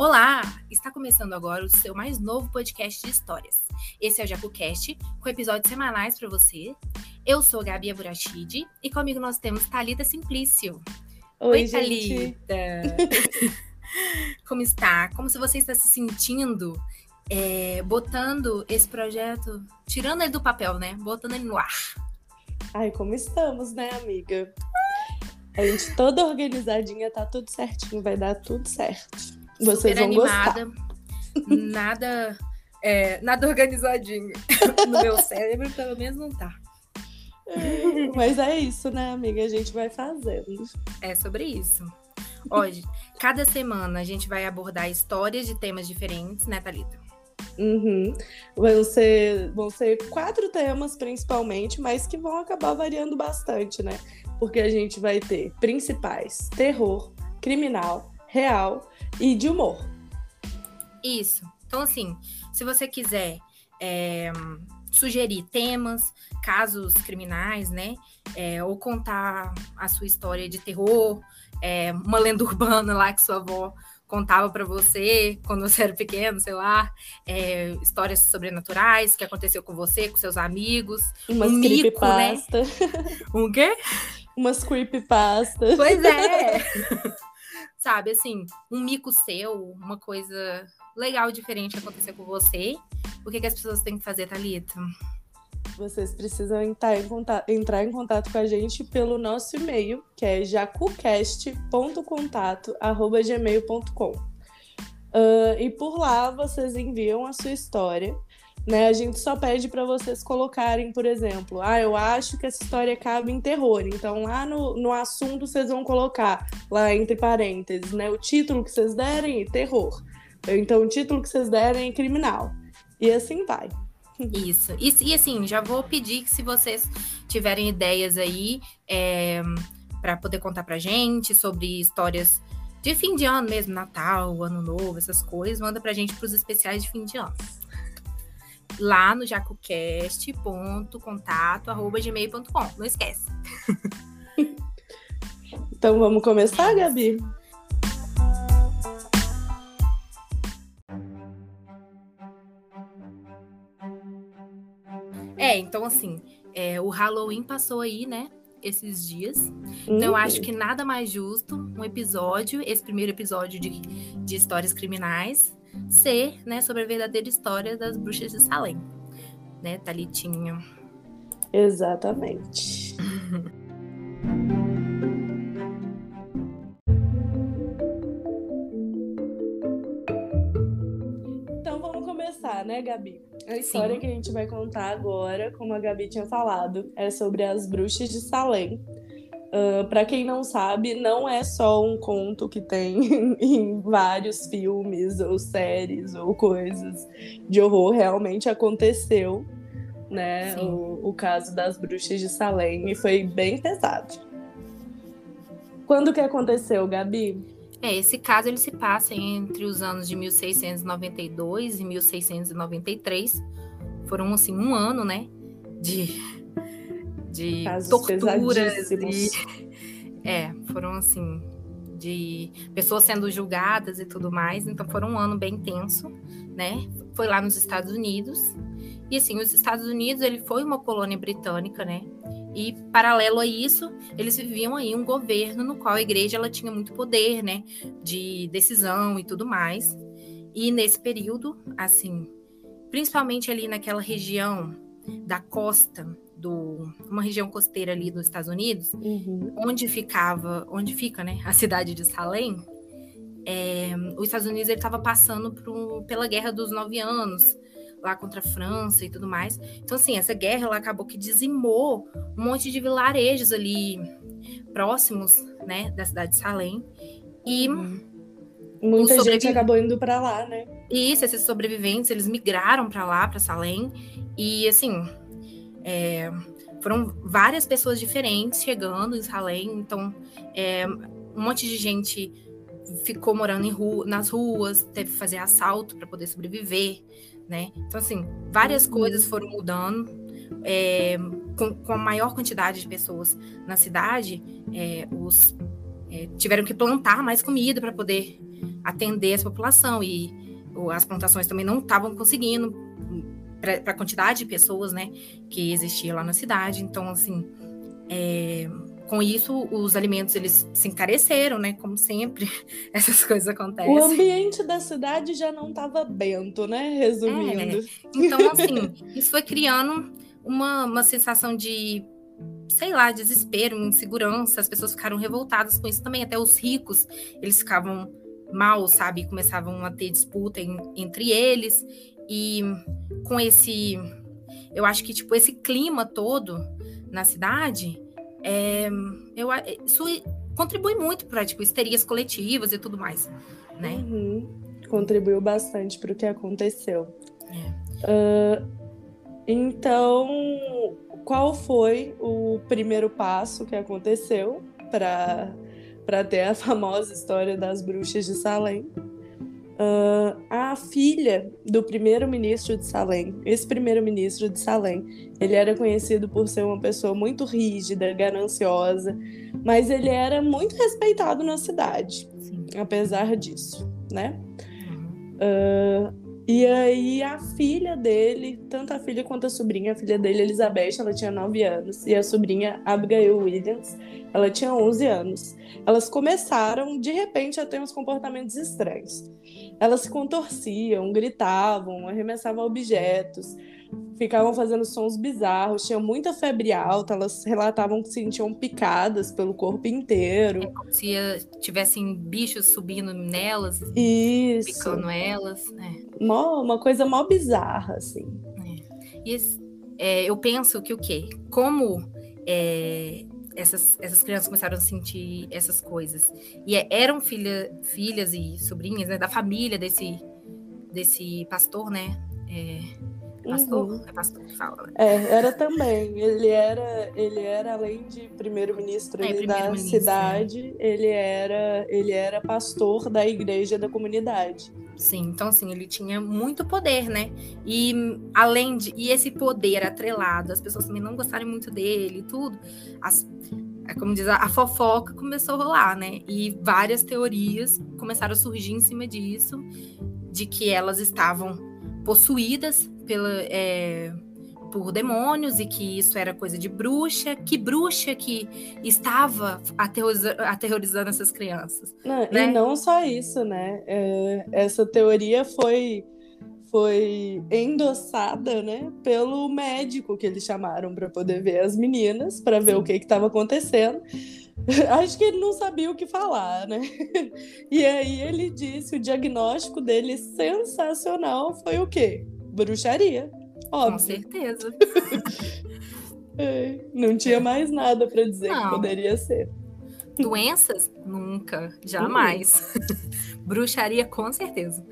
Olá! Está começando agora o seu mais novo podcast de histórias. Esse é o JacuCast, com episódios semanais para você. Eu sou Gabi Aburachid e comigo nós temos Thalita Simplício. Oi, gente! Thalita! Como está? Como se você está se sentindo botando esse projeto, tirando ele do papel, né? Botando ele no ar. Ai, como estamos, né, amiga? A gente toda organizadinha, tá tudo certinho, vai dar tudo certo. Vocês vão animada, gostar. Nada organizadinho. No meu cérebro, pelo menos, não tá. Mas é isso, né, amiga? A gente vai fazendo. É sobre isso. Hoje, cada semana a gente vai abordar histórias de temas diferentes, né, Thalita? Uhum. Vão ser 4 temas, principalmente, mas que vão acabar variando bastante, né? Porque a gente vai ter principais: terror, criminal, real e de humor. Isso. Então, assim, se você quiser sugerir temas, casos criminais, né? Ou contar a sua história de terror, uma lenda urbana lá que sua avó contava para você quando você era pequeno, sei lá, histórias sobrenaturais que aconteceu com você, com seus amigos, umas creepypasta, né? Um quê? Umas creepypasta. Pois é. Sabe, assim, um mico seu, uma coisa legal, diferente acontecer com você. O que as pessoas têm que fazer, Thalita? Vocês precisam entrar em contato com a gente pelo nosso e-mail, que é jacucast.contato@gmail.com. E por lá vocês enviam a sua história, né? A gente só pede para vocês colocarem, por exemplo, eu acho que essa história cabe em terror. Então lá no assunto vocês vão colocar, lá entre parênteses, né? O título que vocês derem, terror. Então o título que vocês derem, criminal. E assim vai. Isso. E assim, já vou pedir que se vocês tiverem ideias aí para poder contar pra gente sobre histórias de fim de ano mesmo, Natal, Ano Novo, essas coisas, manda pra gente pros especiais de fim de ano. Lá no jacucast.contato@gmail.com. Não esquece. Então vamos começar, Gabi? Então assim, o Halloween passou aí, né? Esses dias. Então eu acho que nada mais justo esse primeiro episódio de histórias criminais, ser, né, sobre a verdadeira história das bruxas de Salem. Né, Thalitinha? Exatamente. Então vamos começar, né, Gabi? A história que a gente vai contar agora, como a Gabi tinha falado, é sobre as bruxas de Salem. Para quem não sabe, não é só um conto que tem em vários filmes ou séries ou coisas de horror. Realmente aconteceu, né? O caso das bruxas de Salem, e foi bem pesado. Quando que aconteceu, Gabi? Esse caso ele se passa entre os anos de 1692 e 1693. Foram, assim, um ano, né? De casos torturas. Foram, assim, de pessoas sendo julgadas e tudo mais. Então, foram um ano bem tenso, né? Foi lá nos Estados Unidos. E, assim, os Estados Unidos, ele foi uma colônia britânica, né? E, paralelo a isso, eles viviam aí um governo no qual a igreja ela tinha muito poder, né? De decisão e tudo mais. E, nesse período, assim, principalmente ali naquela região da costa, uma região costeira ali dos Estados Unidos, onde fica, né, a cidade de Salem, os Estados Unidos estava passando pela Guerra dos 9 Anos, lá contra a França e tudo mais. Então, assim, essa guerra ela acabou que dizimou um monte de vilarejos ali próximos, né, da cidade de Salem. E muita gente acabou indo para lá, né? Isso, esses sobreviventes, eles migraram para lá, para Salem. E, assim, foram várias pessoas diferentes chegando em Salem. Então, um monte de gente ficou morando nas ruas, teve que fazer assalto para poder sobreviver, né? Então, assim, várias coisas foram mudando. Com a maior quantidade de pessoas na cidade, tiveram que plantar mais comida para poder atender essa população, e as plantações também não estavam conseguindo para a quantidade de pessoas, né, que existia lá na cidade. Então, assim, com isso, os alimentos, eles se encareceram, né, como sempre, essas coisas acontecem. O ambiente da cidade já não estava bento, né, resumindo. Então, assim, isso foi criando uma sensação de, sei lá, desespero, insegurança. As pessoas ficaram revoltadas com isso também. Até os ricos, eles ficavam mal, sabe? Começavam a ter disputa entre eles. E com eu acho que, tipo, esse clima todo na cidade, isso contribui muito para, tipo, histerias coletivas e tudo mais, né? Contribuiu bastante para o que aconteceu. Então, qual foi o primeiro passo que aconteceu para ter a famosa história das bruxas de Salem? A filha do primeiro-ministro de Salem, esse primeiro-ministro de Salem, ele era conhecido por ser uma pessoa muito rígida, gananciosa, mas ele era muito respeitado na cidade, apesar disso, né? E aí a filha dele, tanto a filha quanto a sobrinha, a filha dele, Elizabeth, ela tinha 9 anos, e a sobrinha, Abigail Williams, ela tinha 11 anos. Elas começaram, de repente, a ter uns comportamentos estranhos. Elas se contorciam, gritavam, arremessavam objetos, ficavam fazendo sons bizarros, tinham muita febre alta, elas relatavam que se sentiam picadas pelo corpo inteiro. Como se tivessem bichos subindo nelas, isso, picando elas. Uma coisa mó bizarra, assim. E eu penso que o quê? Como essas crianças começaram a sentir essas coisas, e eram filhas e sobrinhas, né, da família desse pastor, né? Pastor? É pastor que fala, né? Era também. Ele era além de primeiro-ministro da cidade, ele era pastor da igreja da comunidade. Sim, então assim, ele tinha muito poder, né? E esse poder atrelado, as pessoas também não gostarem muito dele e tudo, como diz, a fofoca começou a rolar, né? E várias teorias começaram a surgir em cima disso, de que elas estavam possuídas por demônios, e que isso era coisa de bruxa que estava aterrorizando essas crianças. Né? E não só isso, né? Essa teoria foi endossada, né, pelo médico que eles chamaram para poder ver as meninas, para ver o que estava acontecendo. Acho que ele não sabia o que falar, né? E aí ele disse, o diagnóstico dele sensacional foi o quê? Bruxaria. Óbvio. Com certeza. Não tinha mais nada para dizer que poderia ser. Doenças? Nunca, jamais. Bruxaria, com certeza.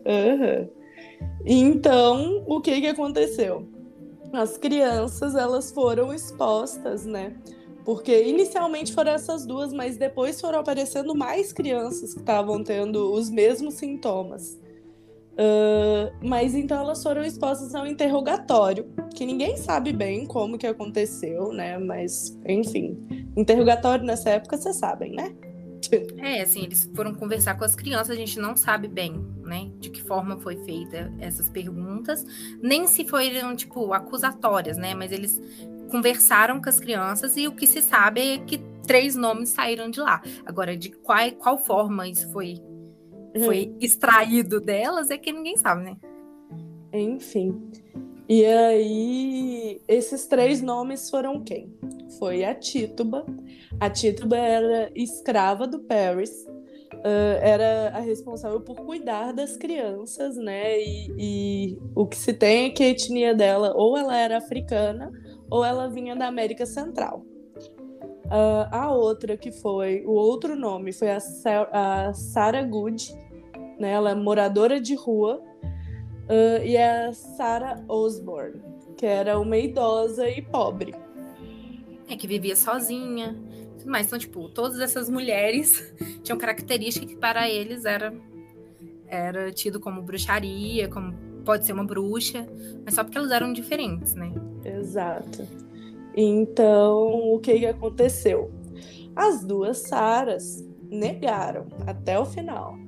Então, o que aconteceu? As crianças, elas foram expostas, né? Porque inicialmente foram essas duas, mas depois foram aparecendo mais crianças que estavam tendo os mesmos sintomas. Mas então elas foram expostas ao interrogatório, que ninguém sabe bem como que aconteceu, né? Mas, enfim, interrogatório nessa época, vocês sabem, né? Assim, eles foram conversar com as crianças, a gente não sabe bem, né, de que forma foi feita essas perguntas, nem se foram, tipo, acusatórias, né, mas eles conversaram com as crianças, e o que se sabe é que 3 nomes saíram de lá. Agora, de qual forma isso foi extraído delas é que ninguém sabe, né? Enfim. E aí, esses 3 nomes foram quem? Foi a Tituba. A Tituba era escrava do Paris, era a responsável por cuidar das crianças, né? E o que se tem é que a etnia dela, ou ela era africana, ou ela vinha da América Central. A outra o outro nome foi a Sarah Good, né? Ela é moradora de rua, e a Sarah Osborne, que era uma idosa e pobre. Que vivia sozinha, tudo mais. Então, tipo, todas essas mulheres tinham características que para eles era tido como bruxaria, como pode ser uma bruxa, mas só porque elas eram diferentes, né? Exato. Então, o que aconteceu? As 2 Saras negaram até o final.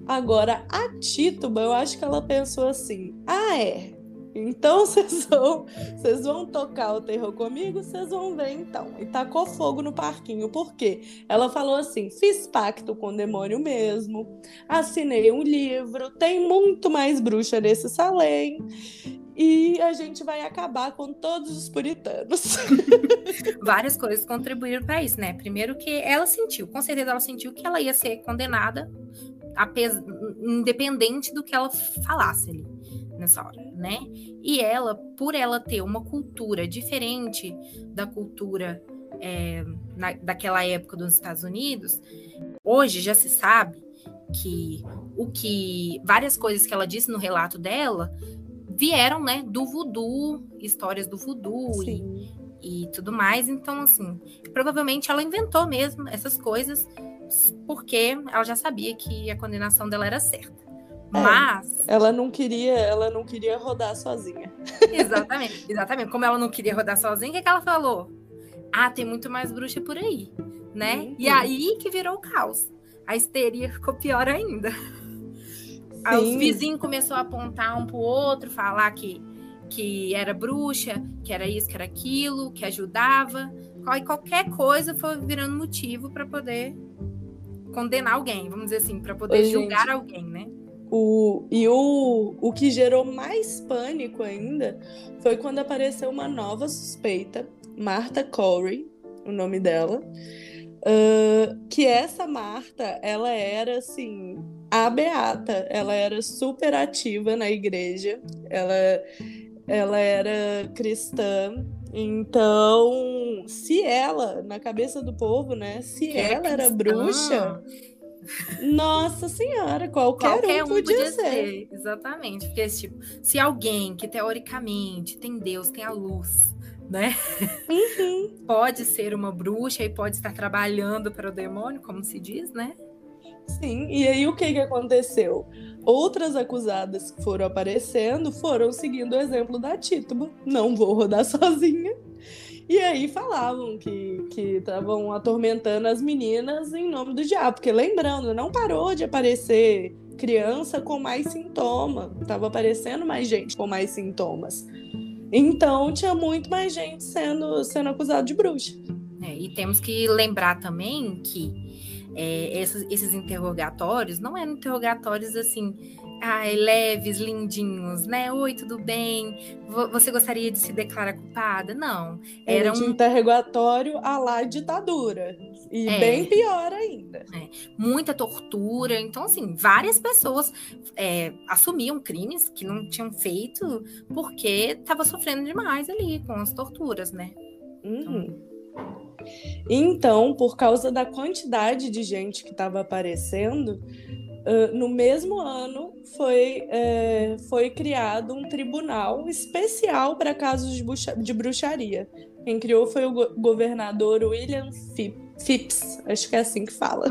Agora, a Títuba, eu acho que ela pensou assim: ah, é? Então vocês vão tocar o terror comigo, vocês vão ver então. E tacou fogo no parquinho. Por quê? Ela falou assim: fiz pacto com o demônio mesmo, assinei um livro, tem muito mais bruxa nesse Salem. E a gente vai acabar com todos os puritanos. Várias coisas contribuíram para isso, né? Primeiro que ela sentiu, com certeza ela sentiu que ela ia ser condenada, independente do que ela falasse ali nessa hora, né? E ela, por ela ter uma cultura diferente da cultura daquela época dos Estados Unidos, hoje já se sabe que várias coisas que ela disse no relato dela vieram, né, do voodoo, histórias do voodoo e tudo mais. Então, assim, provavelmente ela inventou mesmo essas coisas porque ela já sabia que a condenação dela era certa. Mas ela não queria rodar sozinha. Exatamente. Como ela não queria rodar sozinha, o que ela falou? Ah, tem muito mais bruxa por aí, né? Uhum. E aí que virou o caos. A histeria ficou pior ainda. Aí os vizinhos começaram a apontar um pro outro, falar que era bruxa, que era isso, que era aquilo, que ajudava. Qualquer coisa foi virando motivo para poder condenar alguém, vamos dizer assim, para poder julgar alguém, né? O que gerou mais pânico ainda foi quando apareceu uma nova suspeita, Martha Corey, o nome dela, que essa Martha, ela era assim, a beata, ela era super ativa na igreja, ela era cristã. Então, se ela, na cabeça do povo, né, se ela era bruxa, nossa senhora, qualquer um podia ser. Exatamente, porque tipo, se alguém que teoricamente tem Deus, tem a luz, né, pode ser uma bruxa e pode estar trabalhando para o demônio, como se diz, né? Sim, e aí o que aconteceu? Outras acusadas que foram aparecendo foram seguindo o exemplo da Títuba. Não vou rodar sozinha. E aí falavam que estavam atormentando as meninas em nome do diabo. Porque lembrando, não parou de aparecer criança com mais sintoma. Estava aparecendo mais gente com mais sintomas. Então tinha muito mais gente sendo acusada de bruxa. E temos que lembrar também que esses interrogatórios não eram interrogatórios assim, leves, lindinhos, né? Oi, tudo bem? Você gostaria de se declarar culpada? Não. Era um interrogatório à la ditadura. E bem pior ainda. Muita tortura. Então, assim, várias pessoas assumiam crimes que não tinham feito porque estava sofrendo demais ali com as torturas, né? Então, por causa da quantidade de gente que estava aparecendo, no mesmo ano foi criado um tribunal especial para casos de bruxaria. Quem criou foi o governador William Phips, acho que é assim que fala.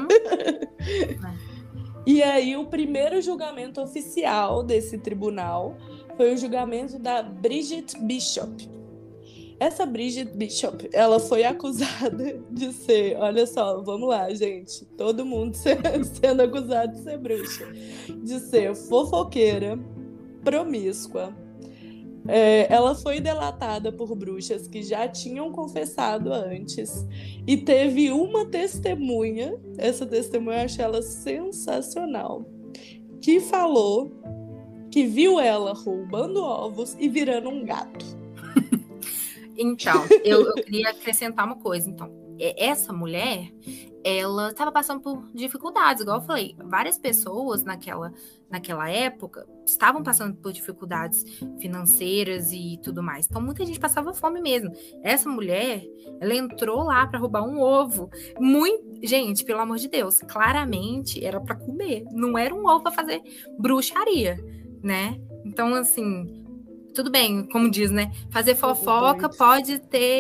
E aí o primeiro julgamento oficial desse tribunal foi o julgamento da Bridget Bishop. Essa Bridget Bishop, ela foi acusada de ser, olha só, vamos lá, gente, todo mundo sendo acusado de ser bruxa, de ser fofoqueira, promíscua. Ela foi delatada por bruxas que já tinham confessado antes e teve uma testemunha, essa testemunha eu achei ela sensacional, que falou que viu ela roubando ovos e virando um gato. Então, eu queria acrescentar uma coisa. Então, essa mulher, ela estava passando por dificuldades, igual eu falei. Várias pessoas naquela época estavam passando por dificuldades financeiras e tudo mais. Então, muita gente passava fome mesmo. Essa mulher, ela entrou lá para roubar um ovo. Gente, pelo amor de Deus, claramente era para comer. Não era um ovo para fazer bruxaria, né? Então, assim... Tudo bem, como diz, né? Fazer fofoca pode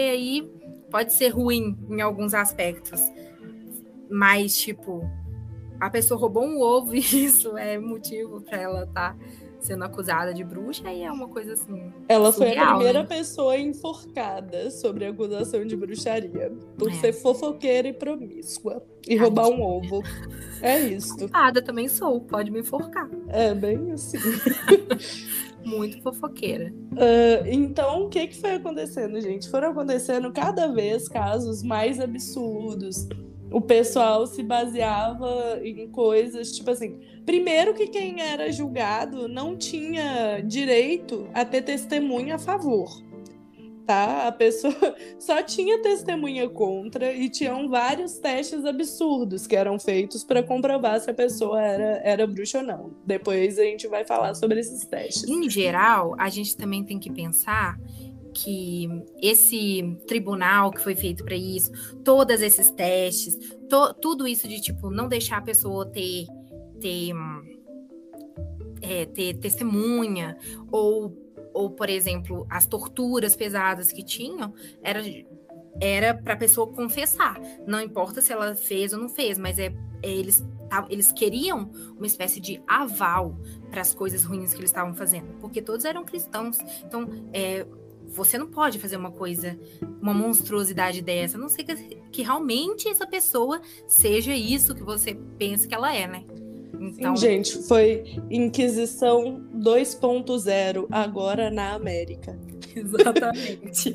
ser ruim em alguns aspectos. Mas, tipo, a pessoa roubou um ovo e isso é motivo para ela estar sendo acusada de bruxa, aí é uma coisa assim. Ela surreal, foi a primeira né? pessoa enforcada sobre a acusação de bruxaria por ser fofoqueira e promíscua e roubar um ovo. É isso. Coitada, também sou, pode me enforcar. É bem assim. Muito fofoqueira. Então, o que foi acontecendo, gente? Foram acontecendo cada vez casos mais absurdos. O pessoal se baseava em coisas, tipo assim... Primeiro que quem era julgado não tinha direito a ter testemunha a favor, tá? A pessoa só tinha testemunha contra e tinham vários testes absurdos que eram feitos para comprovar se a pessoa era bruxa ou não. Depois a gente vai falar sobre esses testes. Em geral, a gente também tem que pensar que esse tribunal que foi feito para isso, todos esses testes, tudo isso de tipo não deixar a pessoa ter testemunha ou, por exemplo, as torturas pesadas que tinham, era para a pessoa confessar. Não importa se ela fez ou não fez, mas eles queriam uma espécie de aval para as coisas ruins que eles estavam fazendo, porque todos eram cristãos. Então, você não pode fazer uma monstruosidade dessa, a não ser que realmente essa pessoa seja isso que você pensa que ela é, né? Então... Sim, gente, foi Inquisição 2.0 agora na América. Exatamente.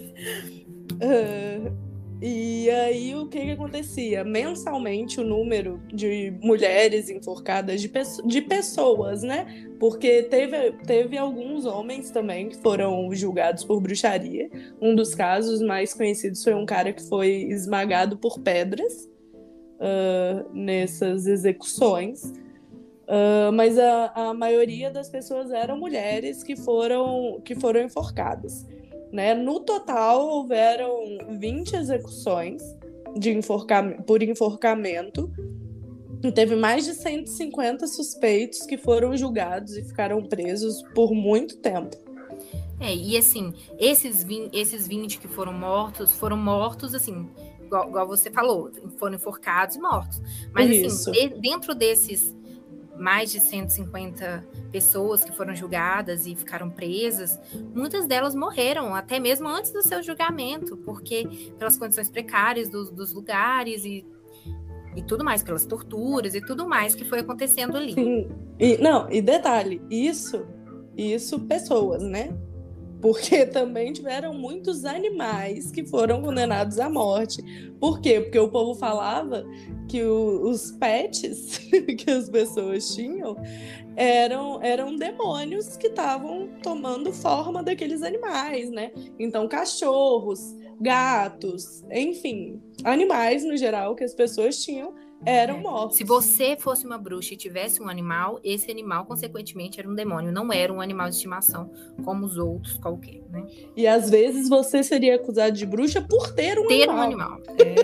E aí, o que acontecia? Mensalmente, o número de mulheres enforcadas, de pessoas, né? Porque teve alguns homens também que foram julgados por bruxaria. Um dos casos mais conhecidos foi um cara que foi esmagado por pedras nessas execuções. Mas a maioria das pessoas eram mulheres que foram enforcadas. Né? No total, houveram 20 execuções por enforcamento. E teve mais de 150 suspeitos que foram julgados e ficaram presos por muito tempo. E assim, esses 20 que foram mortos, assim, igual você falou, foram enforcados e mortos. Mas Isso. Assim, dentro desses mais de 150 pessoas que foram julgadas e ficaram presas, muitas delas morreram, até mesmo antes do seu julgamento, porque pelas condições precárias dos lugares e tudo mais, pelas torturas e tudo mais que foi acontecendo ali. Sim. E detalhe, isso pessoas, né? Porque também tiveram muitos animais que foram condenados à morte. Por quê? Porque o povo falava que os pets que as pessoas tinham eram demônios que estavam tomando forma daqueles animais, né? Então, cachorros, gatos, enfim, animais no geral que as pessoas tinham eram mortos. Se você fosse uma bruxa e tivesse um animal, esse animal, consequentemente, era um demônio. Não era um animal de estimação, como os outros qualquer, né? E às vezes você seria acusado de bruxa por ter um animal.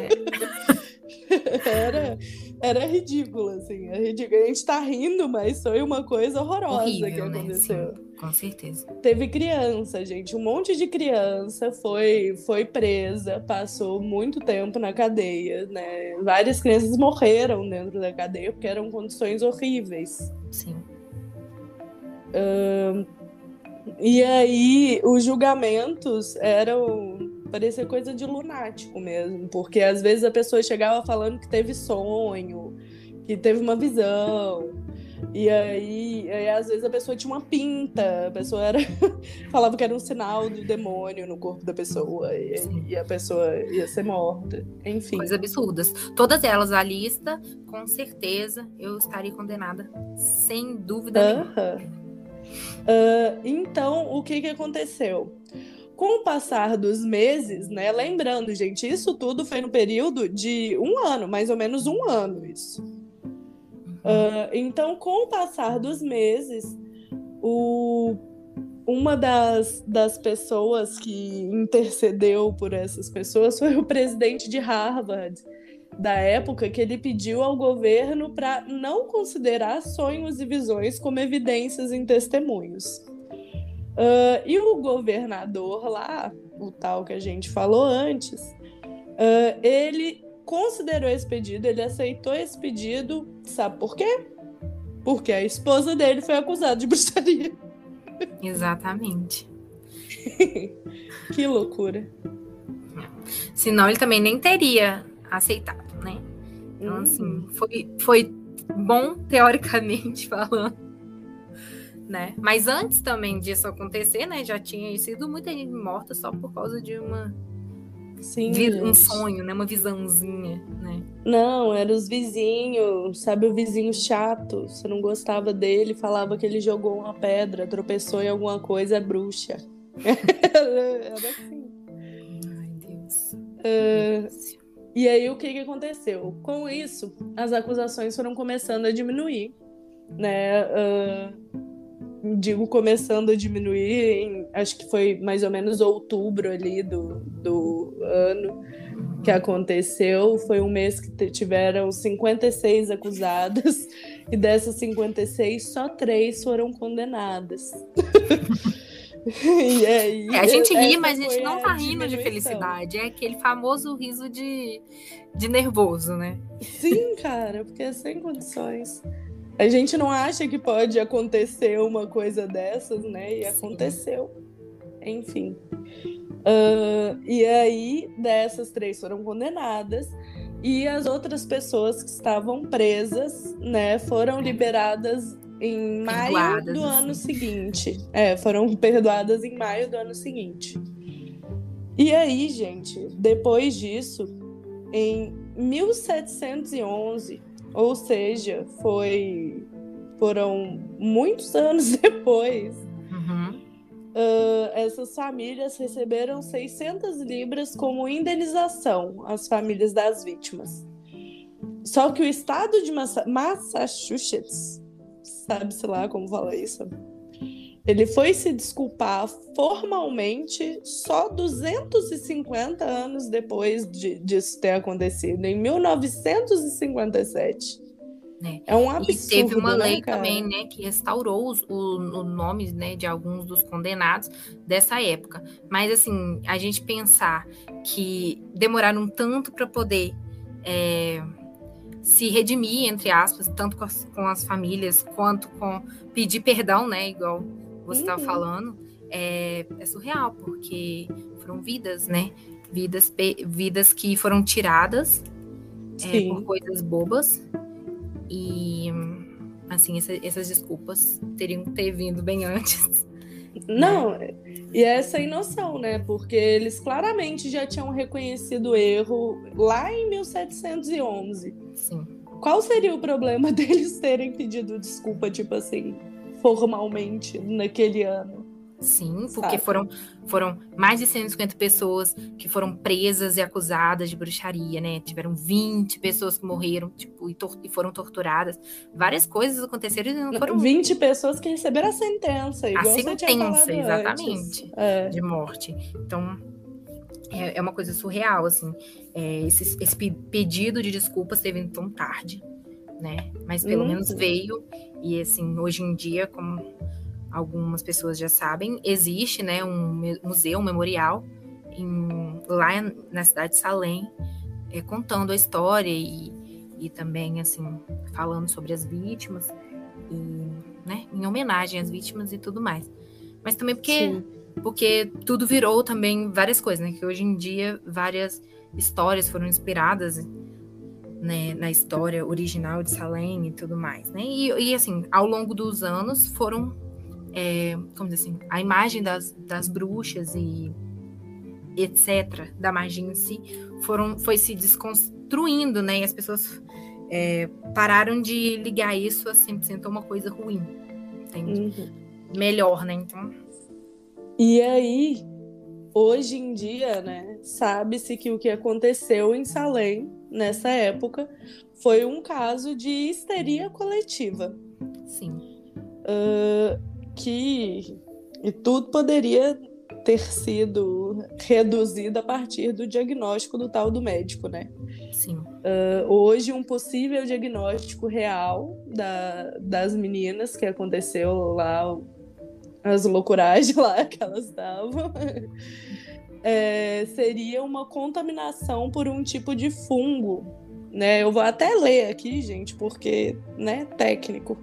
Era ridículo, assim. A gente tá rindo, mas foi uma coisa horrorosa horrível, que aconteceu. Né? Sim, com certeza. Teve criança, gente. Um monte de criança foi presa, passou muito tempo na cadeia, né? Várias crianças morreram dentro da cadeia porque eram condições horríveis. Sim. E aí, os julgamentos parecia coisa de lunático mesmo, porque às vezes a pessoa chegava falando que teve sonho, que teve uma visão, e aí às vezes a pessoa tinha uma pinta, a pessoa falava que era um sinal do demônio no corpo da pessoa, e a pessoa ia ser morta, enfim. Coisas absurdas. Todas elas, a lista, com certeza eu estaria condenada, sem dúvida nenhuma. Então, o que aconteceu? Com o passar dos meses, né? Lembrando, gente, isso tudo foi no período de 1 ano, mais ou menos 1 ano isso. Então, com o passar dos meses, uma das pessoas que intercedeu por essas pessoas foi o presidente de Harvard, da época, que ele pediu ao governo para não considerar sonhos e visões como evidências em testemunhos. E o governador lá, o tal que a gente falou antes, ele considerou esse pedido, ele aceitou esse pedido, sabe por quê? Porque a esposa dele foi acusada de bruxaria. Exatamente. Que loucura. Senão ele também nem teria aceitado, né? Então, assim, foi bom, teoricamente falando, né? Mas antes também disso acontecer, né? Já tinha sido muita gente morta só por causa de um sonho, né? Uma visãozinha, né? Não, eram os vizinhos, sabe, o vizinho chato. Você não gostava dele, falava que ele jogou uma pedra, tropeçou em alguma coisa, é bruxa. Era assim. Ai, Deus. E aí, o que aconteceu? Com isso, as acusações foram começando a diminuir, né? Digo começando a diminuir, acho que foi mais ou menos outubro ali do ano que aconteceu. Foi um mês que tiveram 56 acusadas, e dessas 56, só 3 foram condenadas. E aí, a gente ri, mas a gente não tá rindo de felicidade. É aquele famoso riso de nervoso, né? Sim, cara, porque é sem condições. A gente não acha que pode acontecer uma coisa dessas, né? E aconteceu. Enfim. E aí, dessas 3 foram condenadas. E as outras pessoas que estavam presas, né, foram liberadas em maio do ano seguinte. Foram perdoadas em maio do ano seguinte. E aí, gente, depois disso, em 1711, ou seja, foram muitos anos depois, essas famílias receberam 600 libras como indenização, as famílias das vítimas. Só que o estado de Massachusetts, sabe-se lá como fala isso, ele foi se desculpar formalmente só 250 anos depois disso ter acontecido, em 1957. É um absurdo, e teve uma lei, né, também, né, que restaurou os nomes, né, de alguns dos condenados dessa época. Mas, assim, a gente pensar que demoraram tanto para poder se redimir, entre aspas, tanto com as famílias, quanto com pedir perdão, né, igual você estava falando, é surreal, porque foram vidas, né, vidas que foram tiradas por coisas bobas. E, assim, essas desculpas teriam que ter vindo bem antes. Não, e é sem noção, né? Porque eles claramente já tinham reconhecido o erro lá em 1711. Sim. Qual seria o problema deles terem pedido desculpa, tipo assim, formalmente, naquele ano? Sim, porque foram mais de 150 pessoas que foram presas e acusadas de bruxaria, né? Tiveram 20 pessoas que morreram, tipo, e foram torturadas. Várias coisas aconteceram e não foram... 20 pessoas que receberam a sentença, igual você tinha falado exatamente, antes. De morte. Então, é uma coisa surreal, assim. Esse pedido de desculpas teve tão tarde, né? Mas pelo menos veio. E, assim, hoje em dia, como algumas pessoas já sabem, existe, né, um museu, um memorial lá na cidade de Salem, contando a história e também, assim, falando sobre as vítimas e, né, em homenagem às vítimas e tudo mais. Mas também porque tudo virou também várias coisas, né, que hoje em dia várias histórias foram inspiradas, né, na história original de Salem e tudo mais, né, e assim, ao longo dos anos foram como dizer assim, a imagem das bruxas e etc., da magia em si, foi se desconstruindo, né? E as pessoas pararam de ligar isso a 100% a uma coisa ruim. Entende? Melhor, né? Então... E aí, hoje em dia, né, sabe-se que o que aconteceu em Salem, nessa época, foi um caso de histeria coletiva. Sim. E tudo poderia ter sido reduzido a partir do diagnóstico do tal do médico, né? Sim. Hoje, um possível diagnóstico real das meninas que aconteceu lá, as loucuragens lá que elas estavam, seria uma contaminação por um tipo de fungo, né? Eu vou até ler aqui, gente, porque, né, técnico.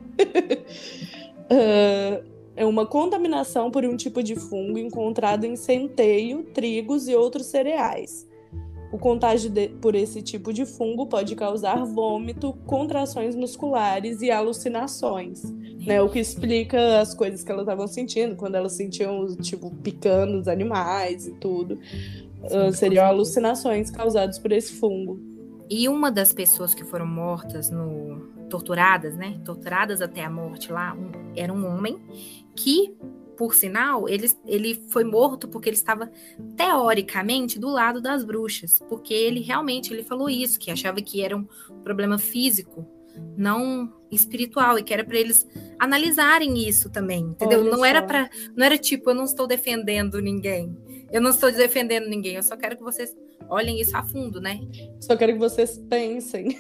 É uma contaminação por um tipo de fungo encontrado em centeio, trigos e outros cereais. O contágio por esse tipo de fungo pode causar vômito, contrações musculares e alucinações, né? O que explica as coisas que elas estavam sentindo, quando elas sentiam, tipo, picando os animais e tudo. Seriam alucinações causadas por esse fungo. E uma das pessoas que foram mortas, torturadas, né? Torturadas até a morte lá, era um homem que, por sinal, ele foi morto porque ele estava, teoricamente, do lado das bruxas. Porque ele falou isso, que achava que era um problema físico, não espiritual, e que era para eles analisarem isso também, entendeu? Não era tipo, eu não estou defendendo ninguém. Eu não estou defendendo ninguém, eu só quero que vocês olhem isso a fundo, né? Só quero que vocês pensem.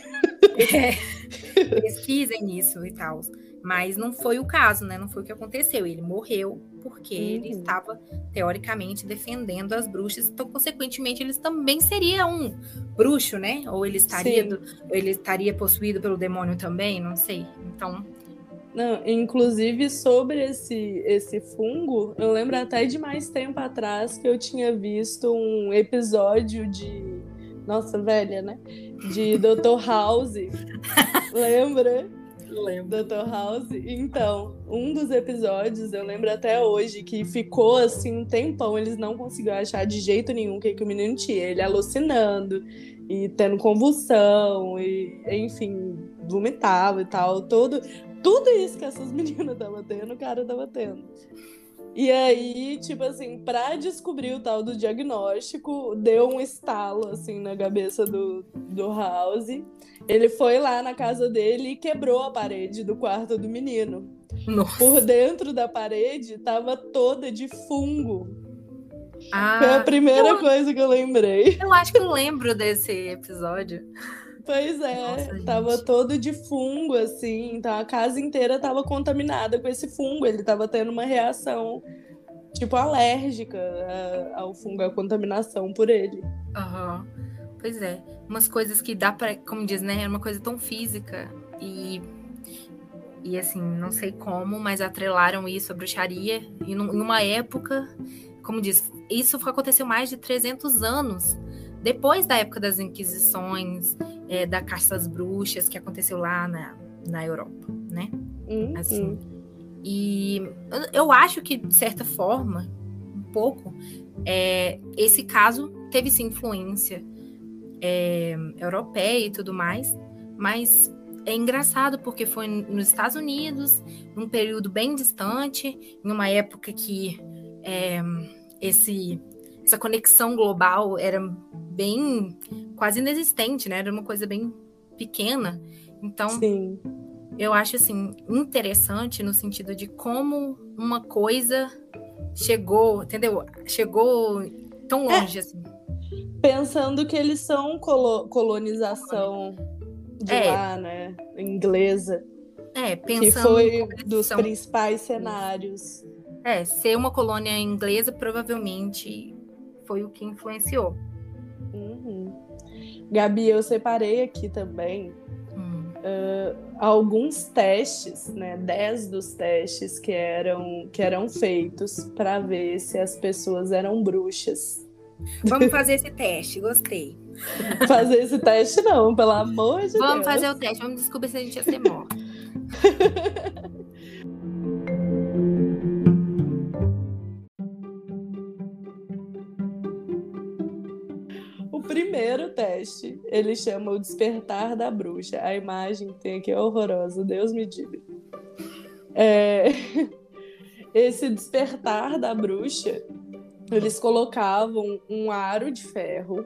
Pesquisem isso e tal. Mas não foi o caso, né? Não foi o que aconteceu. Ele morreu porque ele estava, teoricamente, defendendo as bruxas. Então, consequentemente, ele também seria um bruxo, né? Ou ele estaria possuído pelo demônio também, não sei. Então... Não, inclusive, sobre esse fungo, eu lembro até de mais tempo atrás que eu tinha visto um episódio de... Nossa, velha, né? De Dr. House. Lembra? Lembro. Dr. House. Então, um dos episódios, eu lembro até hoje, que ficou assim um tempão, eles não conseguiam achar de jeito nenhum o que o menino tinha. Ele alucinando e tendo convulsão, e enfim, vomitava e tal. Tudo isso que essas meninas estavam tendo, o cara tava tendo. E aí, tipo assim, pra descobrir o tal do diagnóstico, deu um estalo, assim, na cabeça do House. Ele foi lá na casa dele e quebrou a parede do quarto do menino. Nossa. Por dentro da parede, tava toda de fungo. Ah, foi a primeira coisa que eu lembrei. Eu acho que eu lembro desse episódio. Pois é, nossa, tava todo de fungo, assim, então a casa inteira tava contaminada com esse fungo. Ele tava tendo uma reação, tipo, alérgica ao fungo, à contaminação por ele. Aham. Pois é, umas coisas que dá pra, como diz, né, é uma coisa tão física e assim, não sei como, mas atrelaram isso à bruxaria e numa época, como diz, isso aconteceu mais de 300 anos depois da época das Inquisições, da caça às bruxas, que aconteceu lá na Europa, né? Assim. E eu acho que, de certa forma, um pouco, esse caso teve sim influência europeia e tudo mais, mas é engraçado porque foi nos Estados Unidos, num período bem distante, em uma época que essa conexão global era bem quase inexistente, né? Era uma coisa bem pequena. Então, sim, eu acho assim interessante no sentido de como uma coisa chegou, entendeu? Chegou tão longe assim. Pensando que eles são colonização de lá, né? Inglesa. Pensando que foi dos principais cenários. Ser uma colônia inglesa provavelmente foi o que influenciou. Gabi, eu separei aqui também alguns testes, né? 10 dos testes que eram feitos para ver se as pessoas eram bruxas. Vamos fazer esse teste, gostei. Fazer esse teste não, pelo amor de Deus. Vamos fazer o teste, vamos descobrir se a gente ia ser morto. O primeiro teste, ele chama o despertar da bruxa. A imagem que tem aqui é horrorosa, Deus me diga. Esse despertar da bruxa, eles colocavam um aro de ferro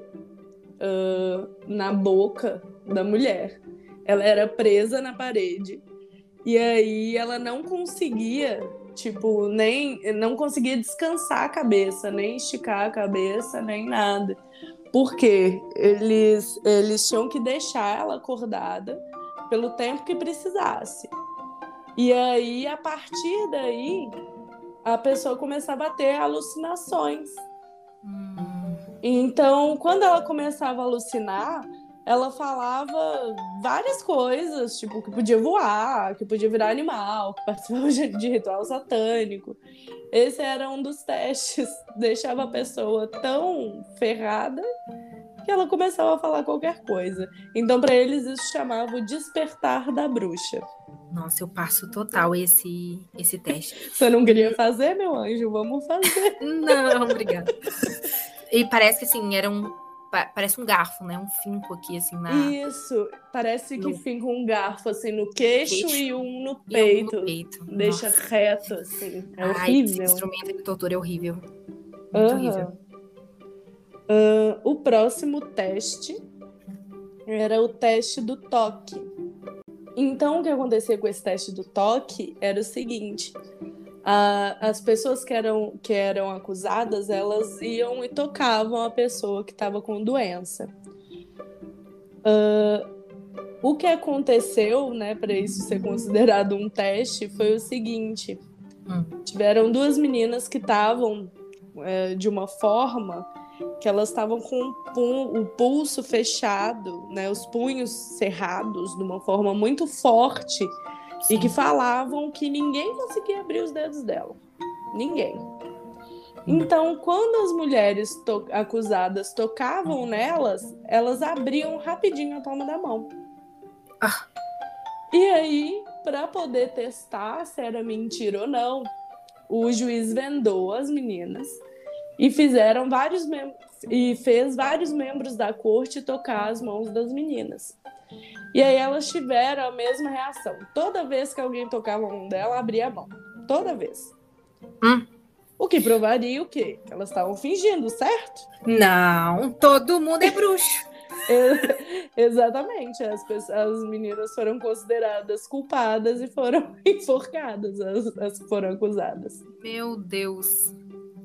na boca da mulher. Ela era presa na parede e aí ela não conseguia, não conseguia descansar a cabeça, nem esticar a cabeça, nem nada. Porque eles tinham que deixar ela acordada pelo tempo que precisasse. E aí, a partir daí, a pessoa começava a ter alucinações. Então, quando ela começava a alucinar, ela falava várias coisas, tipo, que podia voar, que podia virar animal, que participava de ritual satânico. Esse era um dos testes. Deixava a pessoa tão ferrada que ela começava a falar qualquer coisa. Então, para eles, isso chamava o despertar da bruxa. Nossa, eu passo total esse teste. Você não queria fazer, meu anjo? Vamos fazer. Não, obrigada. E parece que assim, parece um garfo, né? Um finco aqui, assim, Isso, parece que fica um garfo assim no queixo e um no e um peito. no peito. Deixa Nossa. reto, assim. É Ai, esse horrível. instrumento de tortura é horrível. Muito horrível. O próximo teste era o teste do toque. Então, o que acontecia com esse teste do toque era o seguinte: as pessoas que eram acusadas, elas iam e tocavam a pessoa que estava com doença. O que aconteceu, né, para isso ser considerado um teste, foi o seguinte: tiveram duas meninas que estavam de uma forma que elas estavam com o pulso fechado, né, os punhos cerrados de uma forma muito forte. Sim. E que falavam que ninguém conseguia abrir os dedos dela. Ninguém. Então, quando as mulheres acusadas tocavam nelas, elas abriam rapidinho a palma da mão. E aí, para poder testar se era mentira ou não, o juiz vendou as meninas e fez vários membros da corte tocar as mãos das meninas. E aí elas tiveram a mesma reação. Toda vez que alguém tocava a mão dela, abria a mão. Toda vez. O que provaria o quê? Que elas estavam fingindo, certo? Não, todo mundo é bruxo. Exatamente. As meninas foram consideradas culpadas e foram enforcadas, as que foram acusadas. Meu Deus.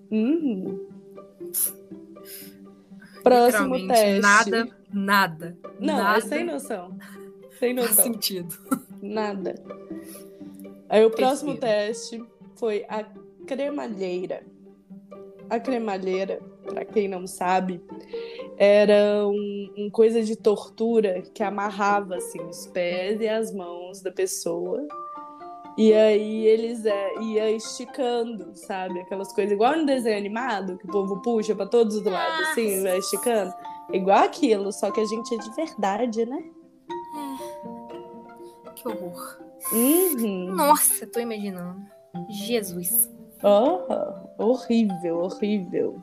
Próximo teste. Nada. Não, nada. É sem noção. Sem noção. Faz sentido. Nada. Aí o próximo teste foi a cremalheira. A cremalheira, para quem não sabe, era um coisa de tortura que amarrava assim, os pés e as mãos da pessoa. E aí eles ia esticando, sabe? Aquelas coisas igual no desenho animado, que o povo puxa para todos os lados, assim, vai esticando. Igual aquilo, só que a gente é de verdade, né? Que horror. Nossa, tô imaginando. Jesus. Horrível, horrível.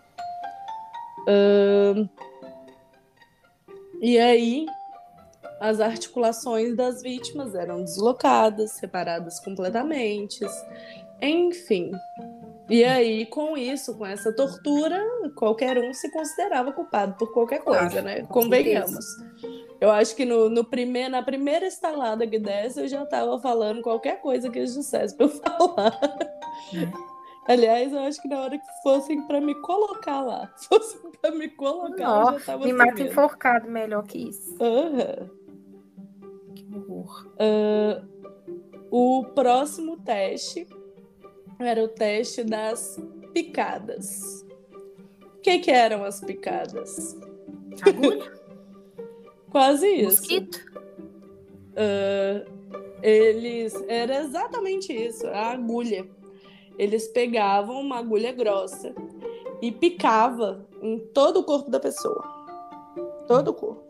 E aí, as articulações das vítimas eram deslocadas, separadas completamente. Enfim. E aí, com isso, com essa tortura, qualquer um se considerava culpado por qualquer coisa, né? Convenhamos. Eu acho que na primeira estalada que desse, eu já tava falando qualquer coisa que eles dissessem pra eu falar. Aliás, eu acho que na hora que fossem pra me colocar lá, eu já tava me mata enforcado, melhor que isso. Que horror. O próximo teste era o teste das picadas. O que eram as picadas? Agulha? Quase isso. Mosquito? Era exatamente isso, a agulha. Eles pegavam uma agulha grossa e picava em todo o corpo da pessoa. Todo o corpo.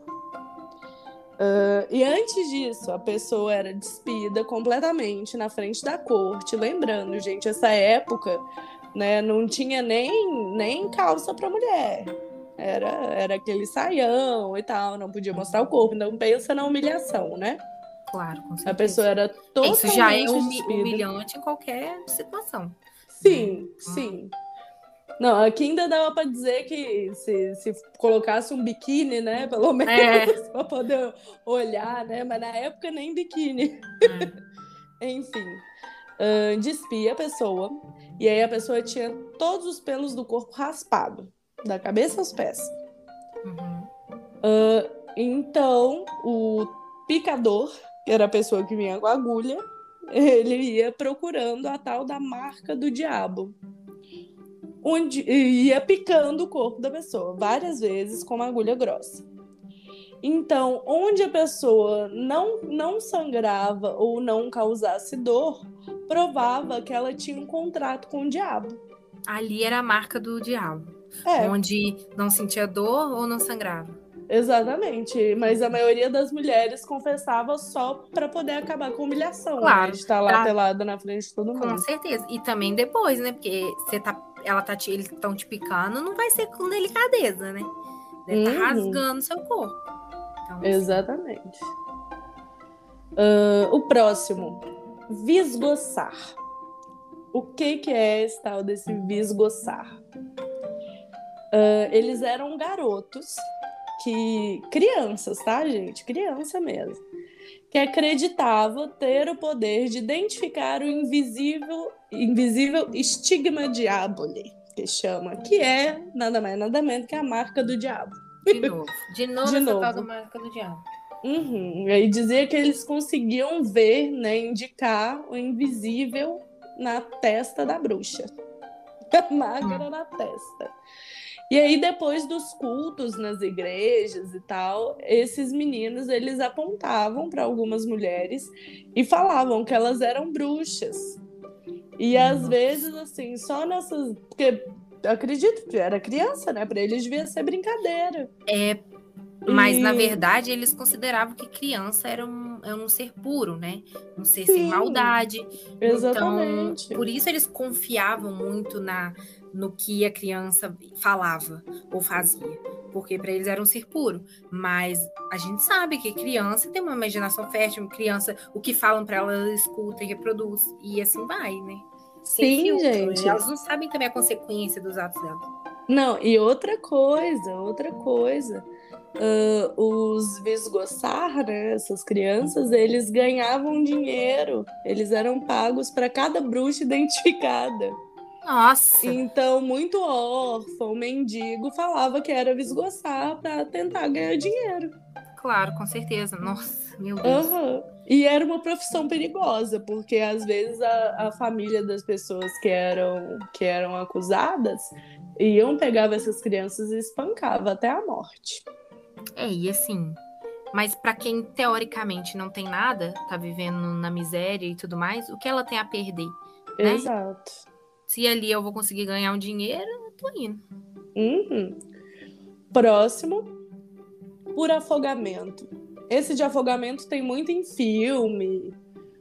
E antes disso, a pessoa era despida completamente na frente da corte. Lembrando, gente, essa época, né, não tinha nem calça para mulher. Era aquele saião e tal, não podia mostrar o corpo. Então pensa na humilhação, né? Claro, com certeza. A pessoa era totalmente Isso já é despida. humilhante em qualquer situação. Sim. Não, aqui ainda dava para dizer que se colocasse um biquíni, né, pelo menos, para poder olhar, né, mas na época nem biquíni. Enfim, despia a pessoa, e aí a pessoa tinha todos os pelos do corpo raspado, da cabeça aos pés. Então, o picador, que era a pessoa que vinha com a agulha, ele ia procurando a tal da marca do diabo. onde ia picando o corpo da pessoa várias vezes com uma agulha grossa. Então, onde a pessoa não sangrava ou não causasse dor, provava que ela tinha um contrato com o diabo. Ali era a marca do diabo. É. Onde não sentia dor ou não sangrava. Exatamente, mas a maioria das mulheres confessava só para poder acabar com a humilhação, Claro, né? De estar lá pelada na frente de todo mundo. Com certeza. E também depois, né? Porque eles estão te picando, não vai ser com delicadeza, né? Deve estar rasgando seu corpo. Então, exatamente. O próximo, visgoçar. O que é esse tal desse visgoçar? Eles eram garotos crianças, tá, gente? Criança mesmo. Que acreditava ter o poder de identificar o invisível estigma diaboli, que chama, que é nada mais nada menos que a marca do diabo. De novo essa tal da marca do diabo. E aí dizia que eles conseguiam ver, né, indicar o invisível na testa da bruxa. A marca era na testa. E aí, depois dos cultos nas igrejas e tal, esses meninos, eles apontavam para algumas mulheres e falavam que elas eram bruxas. E às vezes, assim, só nessas... Porque eu acredito que era criança, né? Para eles devia ser brincadeira. Mas, na verdade, eles consideravam que criança era um ser puro, né? Um ser sem maldade. Exatamente. Então, por isso eles confiavam muito no que a criança falava ou fazia. Porque para eles era um ser puro. Mas a gente sabe que criança tem uma imaginação fértil, criança, o que falam para ela, ela escuta e reproduz. E assim vai, né? Sim, gente. Elas não sabem também a consequência dos atos delas. Não, e outra coisa. Os visgoçar, né, essas crianças, eles ganhavam dinheiro. Eles eram pagos para cada bruxa identificada. Nossa! Então, muito órfão, mendigo, falava que era visgoçar para tentar ganhar dinheiro. Claro, com certeza. Nossa, meu Deus. E era uma profissão perigosa, porque às vezes a família das pessoas que eram acusadas pegava essas crianças e espancava até a morte. E assim, mas para quem teoricamente não tem nada, tá vivendo na miséria e tudo mais, o que ela tem a perder, né? Exato. Se ali eu vou conseguir ganhar um dinheiro, eu tô indo. Próximo, por afogamento. Esse de afogamento tem muito em filme,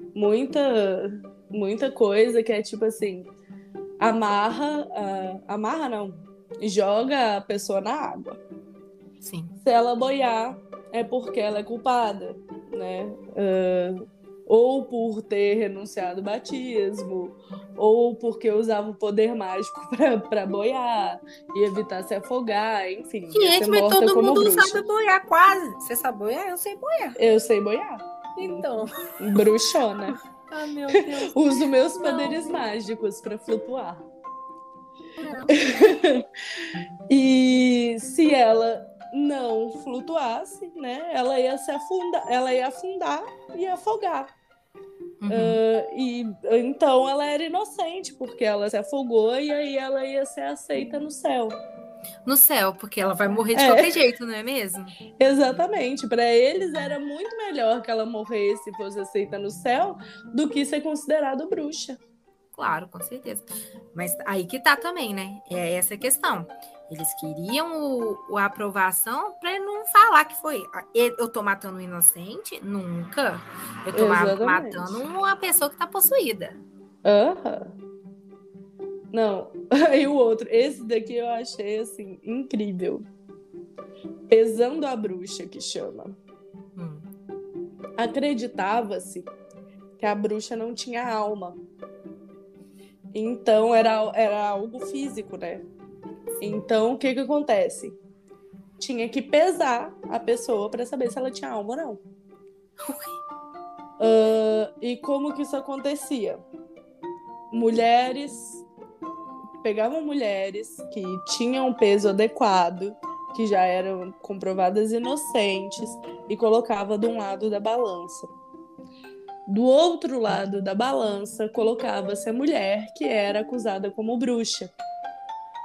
muita coisa que é tipo assim, joga a pessoa na água. Sim. Se ela boiar, é porque ela é culpada, né? Ou por ter renunciado ao batismo, ou porque usava o poder mágico para boiar e evitar se afogar, enfim. Gente, mas todo mundo bruxa. sabe boiar quase. Você sabe boiar? Eu sei boiar. Eu sei boiar. Então. Bruxona. Ah, meu Deus. Uso meus poderes mágicos para flutuar. E se ela não flutuasse, né, ela ia afundar e afogar. Então ela era inocente, porque ela se afogou e aí ela ia ser aceita no céu. No céu, porque ela vai morrer de qualquer jeito, não é mesmo? Exatamente. Para eles era muito melhor que ela morresse e fosse aceita no céu do que ser considerada bruxa. Claro, com certeza. Mas aí que tá também, né? É essa a questão. Eles queriam a aprovação para não falar que foi. Eu tô matando um inocente? Nunca. Eu tô matando uma pessoa que tá possuída. Não. E o outro, esse daqui eu achei assim incrível. Pesando a bruxa, que chama. Acreditava-se que a bruxa não tinha alma. Então era algo físico, né? Então, o que acontece? Tinha que pesar a pessoa para saber se ela tinha alma ou não. E como que isso acontecia? Pegavam mulheres que tinham um peso adequado, que já eram comprovadas inocentes, e colocava de um lado da balança. Do outro lado da balança, colocava-se a mulher que era acusada como bruxa.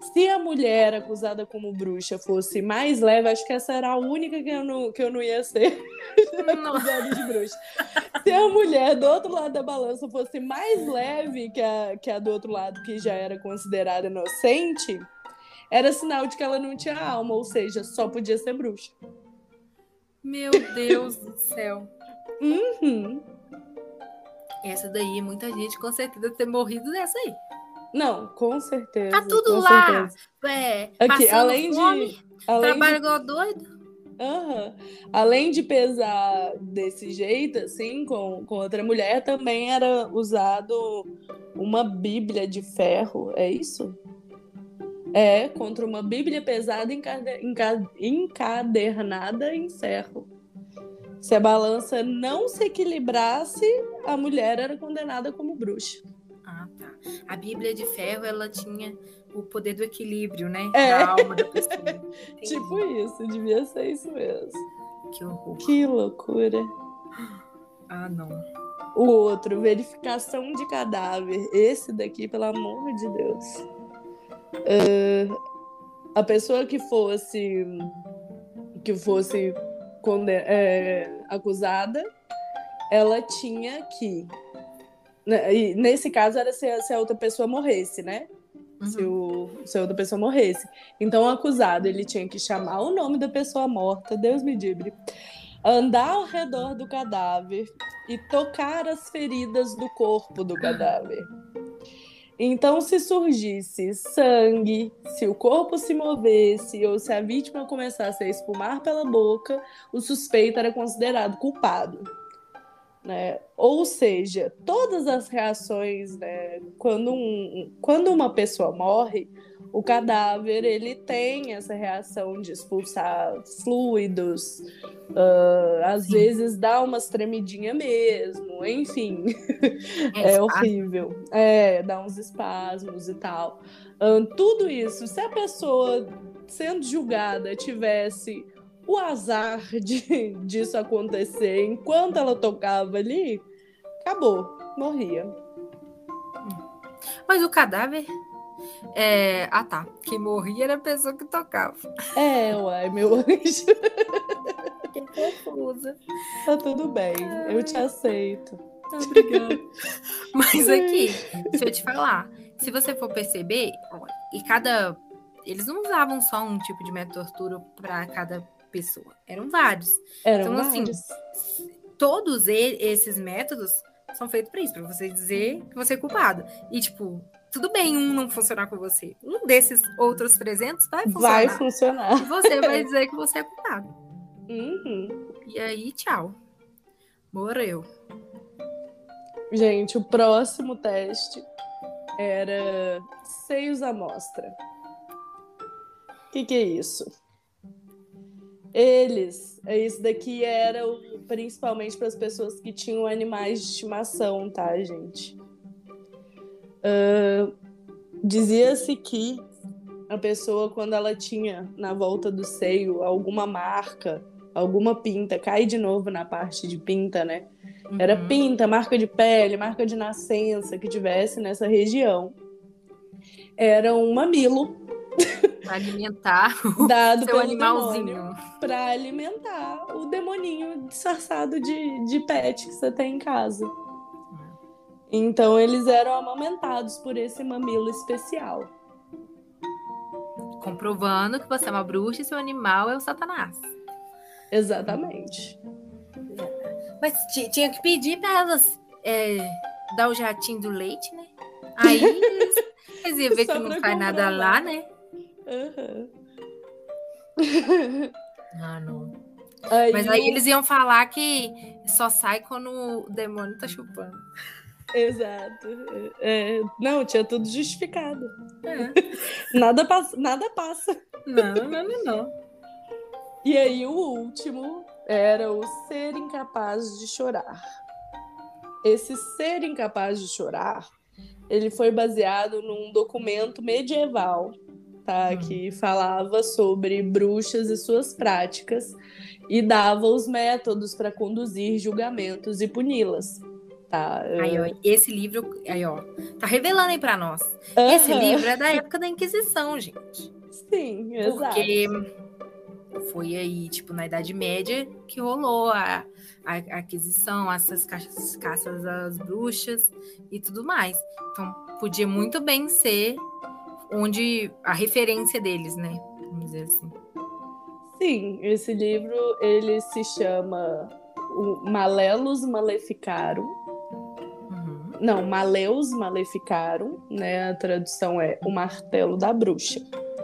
Se a mulher acusada como bruxa fosse mais leve, acho que essa era a única que eu não ia ser acusada de bruxa. Se a mulher do outro lado da balança fosse mais leve que a do outro lado, que já era considerada inocente, era sinal de que ela não tinha alma, ou seja, só podia ser bruxa. Meu Deus do céu. Uhum. Essa daí, muita gente com certeza ter morrido nessa aí. Não, com certeza. Tá tudo com lá. certeza. Aqui, passando além fome, trabalha igual doido. Uhum. Além de pesar desse jeito, assim, com outra mulher, também era usado uma bíblia de ferro, é isso? Contra uma bíblia pesada encadernada em ferro. Se a balança não se equilibrasse, a mulher era condenada como bruxa. Ah, tá. A bíblia de ferro, ela tinha o poder do equilíbrio, né? Da alma da pessoa. Tipo isso, devia ser isso mesmo. Que horror. Que loucura. Ah, não. O outro, verificação de cadáver. Esse daqui, pelo amor de Deus. A pessoa que fosse acusada, ela tinha que... E nesse caso era se a outra pessoa morresse, né? Uhum. Se a outra pessoa morresse. Então o acusado, ele tinha que chamar o nome da pessoa morta, Deus me livre, andar ao redor do cadáver e tocar as feridas do corpo do cadáver. Então, se surgisse sangue, se o corpo se movesse ou se a vítima começasse a espumar pela boca, o suspeito era considerado culpado. Né? Ou seja, todas as reações, né? Quando uma pessoa morre, o cadáver ele tem essa reação de expulsar fluidos, às vezes dá umas tremidinhas mesmo, enfim, é horrível, dá uns espasmos e tal. Tudo isso, se a pessoa sendo julgada tivesse o azar disso acontecer enquanto ela tocava ali, acabou, morria. Mas o cadáver... tá. Quem morria era a pessoa que tocava. Uai, meu anjo. Fiquei confusa. Tá tudo bem, eu te aceito. Obrigada. Mas aqui, deixa eu te falar. Se você for perceber, eles não usavam só um tipo de método de tortura para cada pessoa. Eram vários. Então, vários. Assim, todos esses métodos são feitos para isso, para você dizer que você é culpado. E, tipo, tudo bem um não funcionar com você. Um desses outros 300 vai funcionar. E você vai dizer que você é culpado. Uhum. E aí, tchau. Morreu. Gente, o próximo teste era seios à mostra. O que é isso? Isso daqui era principalmente para as pessoas que tinham animais de estimação, tá, gente? Dizia-se que a pessoa, quando ela tinha na volta do seio alguma marca, alguma pinta, cai de novo na parte de pinta, né? Uhum. Era pinta, marca de pele, marca de nascença que tivesse nessa região. Era um mamilo. Para alimentar dado seu pelo animalzinho. Para alimentar o demoninho disfarçado de pet que você tem em casa. Então eles eram amamentados por esse mamilo especial. Comprovando que você é uma bruxa e seu animal é o Satanás. Exatamente. Mas tinha que pedir para elas dar o jatinho do leite, né? Aí eles iam ver que não faz nada lá, né? Uhum. Ah, não. Mas aí eles iam falar que só sai quando o demônio tá chupando. Exato. Não, tinha tudo justificado. Nada passa. Não. E aí o último era o ser incapaz de chorar. Esse ser incapaz de chorar, ele foi baseado num documento medieval, tá? Que falava sobre bruxas e suas práticas e dava os métodos para conduzir julgamentos e puni-las. Tá. Aí, ó, esse livro, aí, ó, tá revelando aí pra nós. Aham. Esse livro é da época da Inquisição, gente. Sim, exato. Porque foi aí, tipo, na Idade Média que rolou a aquisição, essas caças às bruxas e tudo mais. Então, podia muito bem ser onde a referência deles, né? Vamos dizer assim. Sim, esse livro, ele se chama o Malleus Maleficarum. Não, Malleus Maleficarum, né? A tradução é O Martelo da Bruxa.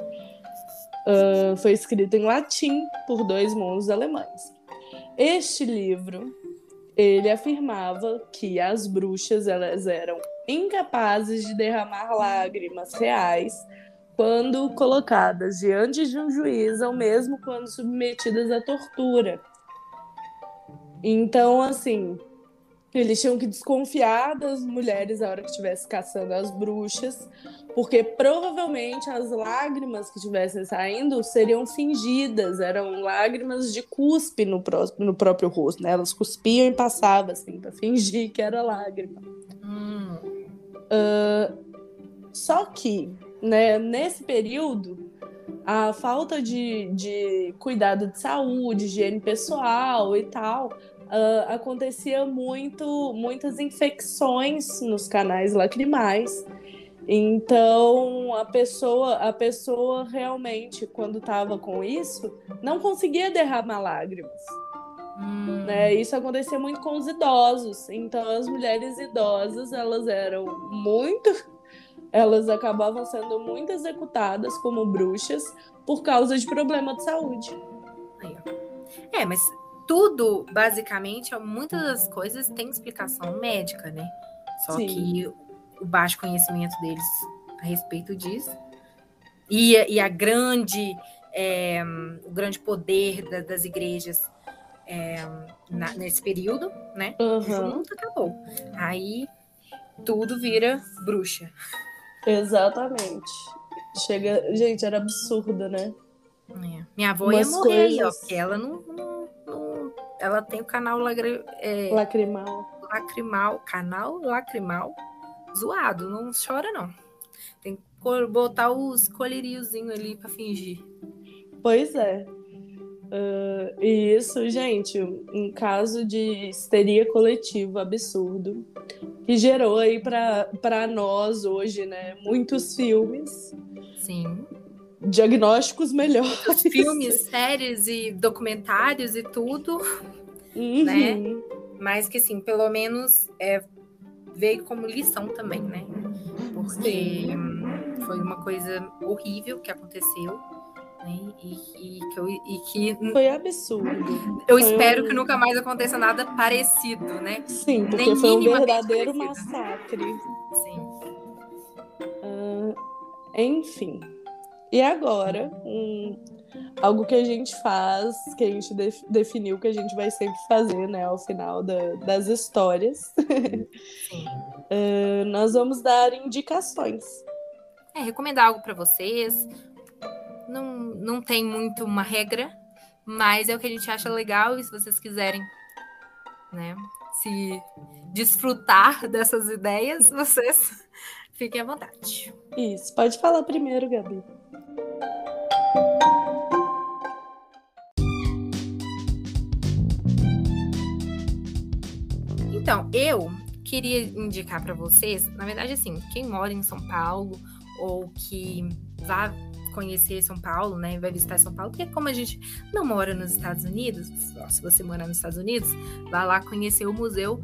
Foi escrito em latim por 2 monges alemães. Este livro, ele afirmava que as bruxas, elas eram incapazes de derramar lágrimas reais quando colocadas diante de um juiz, ou mesmo quando submetidas à tortura. Então, assim, eles tinham que desconfiar das mulheres na hora que estivesse caçando as bruxas, porque provavelmente as lágrimas que estivessem saindo seriam fingidas, eram lágrimas de cuspe no próprio rosto, né? Elas cuspiam e passavam, assim, para fingir que era lágrima. Só que, né, nesse período, a falta de cuidado de saúde, higiene pessoal e tal, acontecia muitas infecções nos canais lacrimais. Então, a pessoa realmente, quando estava com isso, não conseguia derramar lágrimas. Né? Isso acontecia muito com os idosos. Então, as mulheres idosas, elas acabavam sendo muito executadas como bruxas por causa de problema de saúde. Mas tudo, basicamente, muitas das coisas têm explicação médica, né? Só Sim. que o baixo conhecimento deles a respeito disso e a grande, o grande poder das igrejas nesse período, né? Junto, acabou. Aí tudo vira bruxa. Exatamente. Gente, era absurdo, né? Minha avó ia morrer aí, ó, porque ela não ela tem o canal canal lacrimal zoado, não chora não. Tem que botar os coliriozinhos ali pra fingir. Pois é. E isso, gente, um caso de histeria coletiva absurdo que gerou aí pra nós hoje, né, muitos filmes. Sim. Diagnósticos melhores. Filmes, séries e documentários e tudo, né? Mas que, assim, pelo menos veio como lição também, né? Porque foi uma coisa horrível que aconteceu, né? E que foi absurdo. Eu espero que nunca mais aconteça nada parecido, né? Sim, porque nem foi um verdadeiro massacre. Sim. Enfim. E agora, algo que a gente faz, que a gente definiu que a gente vai sempre fazer, né, ao final das histórias. Sim. Nós vamos dar indicações. Recomendar algo para vocês. Não tem muito uma regra, mas é o que a gente acha legal, e se vocês quiserem, né, se desfrutar dessas ideias, vocês fiquem à vontade. Isso, pode falar primeiro, Gabi. Então, eu queria indicar para vocês, na verdade, assim, quem mora em São Paulo ou que vá conhecer São Paulo, né, vai visitar São Paulo, porque como a gente não mora nos Estados Unidos, se você morar nos Estados Unidos, vá lá conhecer o museu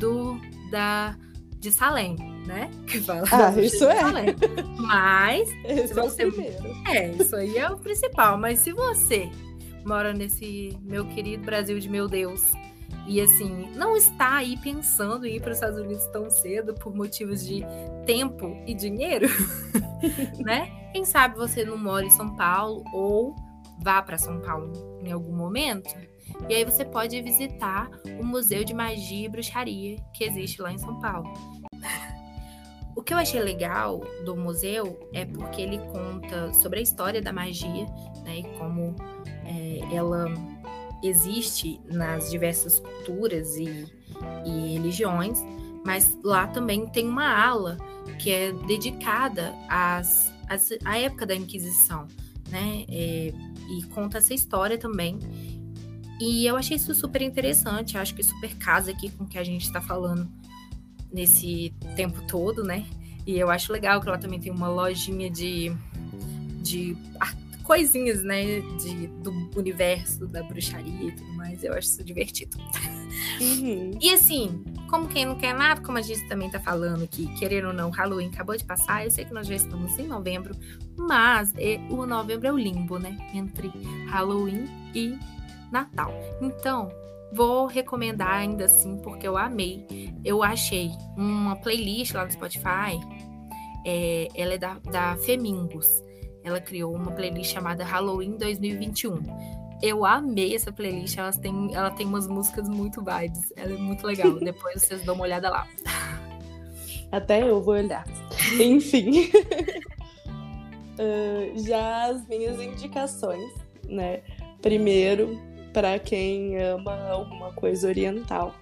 de Salem, né? Que fala isso é. Salem. Mas esse é o primeiro. Isso aí é o principal. Mas se você mora nesse meu querido Brasil de meu Deus e assim não está aí pensando em ir para os Estados Unidos tão cedo por motivos de tempo e dinheiro, né? Quem sabe você não mora em São Paulo ou vá para São Paulo em algum momento, e aí você pode visitar o Museu de Magia e Bruxaria que existe lá em São Paulo. O que eu achei legal do museu é porque ele conta sobre a história da magia, né, e como ela existe nas diversas culturas e religiões, Mas lá também tem uma ala que é dedicada à época da Inquisição, né? E conta essa história também. E eu achei isso super interessante, acho que super casa aqui com o que a gente está falando nesse tempo todo, né? E eu acho legal que ela também tem uma lojinha de coisinhas, né? Do universo da bruxaria e tudo mais. Eu acho isso divertido. Uhum. E assim, como quem não quer nada, como a gente também tá falando aqui, querendo ou não, Halloween acabou de passar. Eu sei que nós já estamos em novembro, mas o novembro é o limbo, né? Entre Halloween e Natal. Então, vou recomendar ainda assim, porque eu amei. Eu achei uma playlist lá no Spotify. Ela é da Femingos. Ela criou uma playlist chamada Halloween 2021. Eu amei essa playlist. Ela tem umas músicas muito vibes. Ela é muito legal. Depois vocês dão uma olhada lá. Até eu vou olhar. Enfim. Já as minhas indicações, né? Primeiro, para quem ama alguma coisa oriental.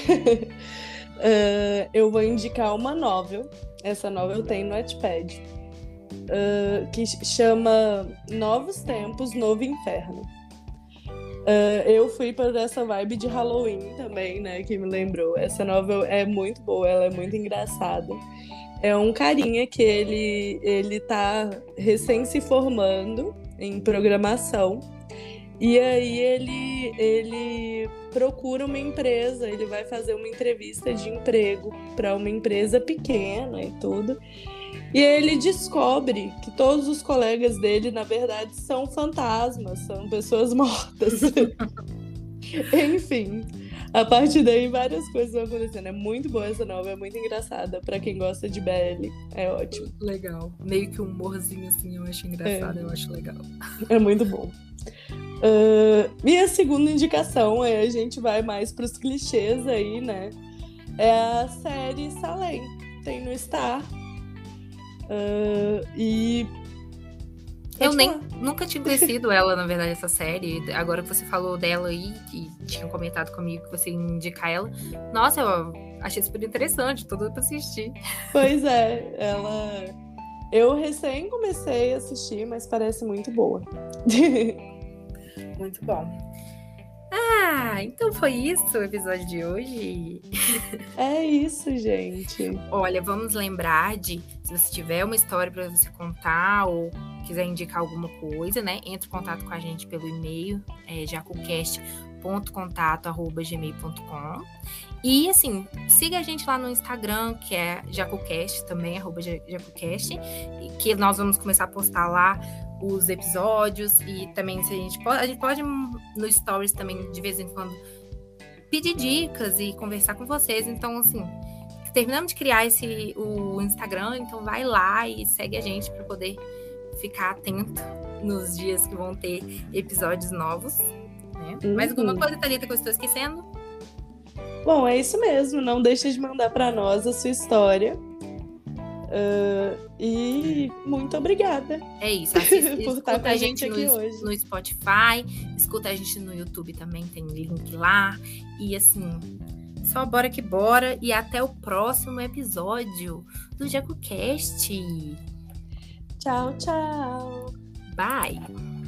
Eu vou indicar uma novel. Essa novel tem no Wattpad. Que chama Novos Tempos, Novo Inferno. Eu fui por essa vibe de Halloween também, né? Que me lembrou. Essa novel é muito boa, ela é muito engraçada. É um carinha que ele tá recém se formando em programação. E aí ele procura uma empresa, ele vai fazer uma entrevista de emprego para uma empresa pequena e tudo. E ele descobre que todos os colegas dele, na verdade, são fantasmas, são pessoas mortas. Enfim, a partir daí várias coisas vão acontecendo. É muito boa essa novela, é muito engraçada. Pra quem gosta de BL, é ótimo. Legal. Meio que um humorzinho assim, eu acho engraçado, eu acho legal. É muito bom. Minha segunda indicação a gente vai mais pros clichês aí, né? É a série Salem. Tem no Star. Eu nunca tinha conhecido ela, na verdade, essa série. Agora que você falou dela aí, que tinha comentado comigo que você ia indicar ela. Nossa, eu achei super interessante, tô doida pra assistir. Pois é, eu recém comecei a assistir, mas parece muito boa. Muito bom. Então foi isso o episódio de hoje. É isso, gente. Olha, vamos lembrar de, se você tiver uma história para você contar ou quiser indicar alguma coisa, né? Entre em contato com a gente pelo e-mail, jacocast.contato@gmail.com. E assim, siga a gente lá no Instagram, que é jacocast também, @jacocast, que nós vamos começar a postar lá os episódios. E também se a gente pode no Stories também, de vez em quando, pedir dicas e conversar com vocês. Então, assim, terminamos de criar o Instagram, então vai lá e segue a gente para poder ficar atento nos dias que vão ter episódios novos, né? Mais alguma coisa, Thalita, que eu estou esquecendo? Bom, é isso mesmo. Não deixe de mandar para nós a sua história. E muito obrigada. É isso. Escuta a gente aqui hoje no Spotify, escuta a gente no YouTube também, tem link lá. E assim, só bora que bora. E até o próximo episódio do JacoCast. Tchau, tchau. Bye.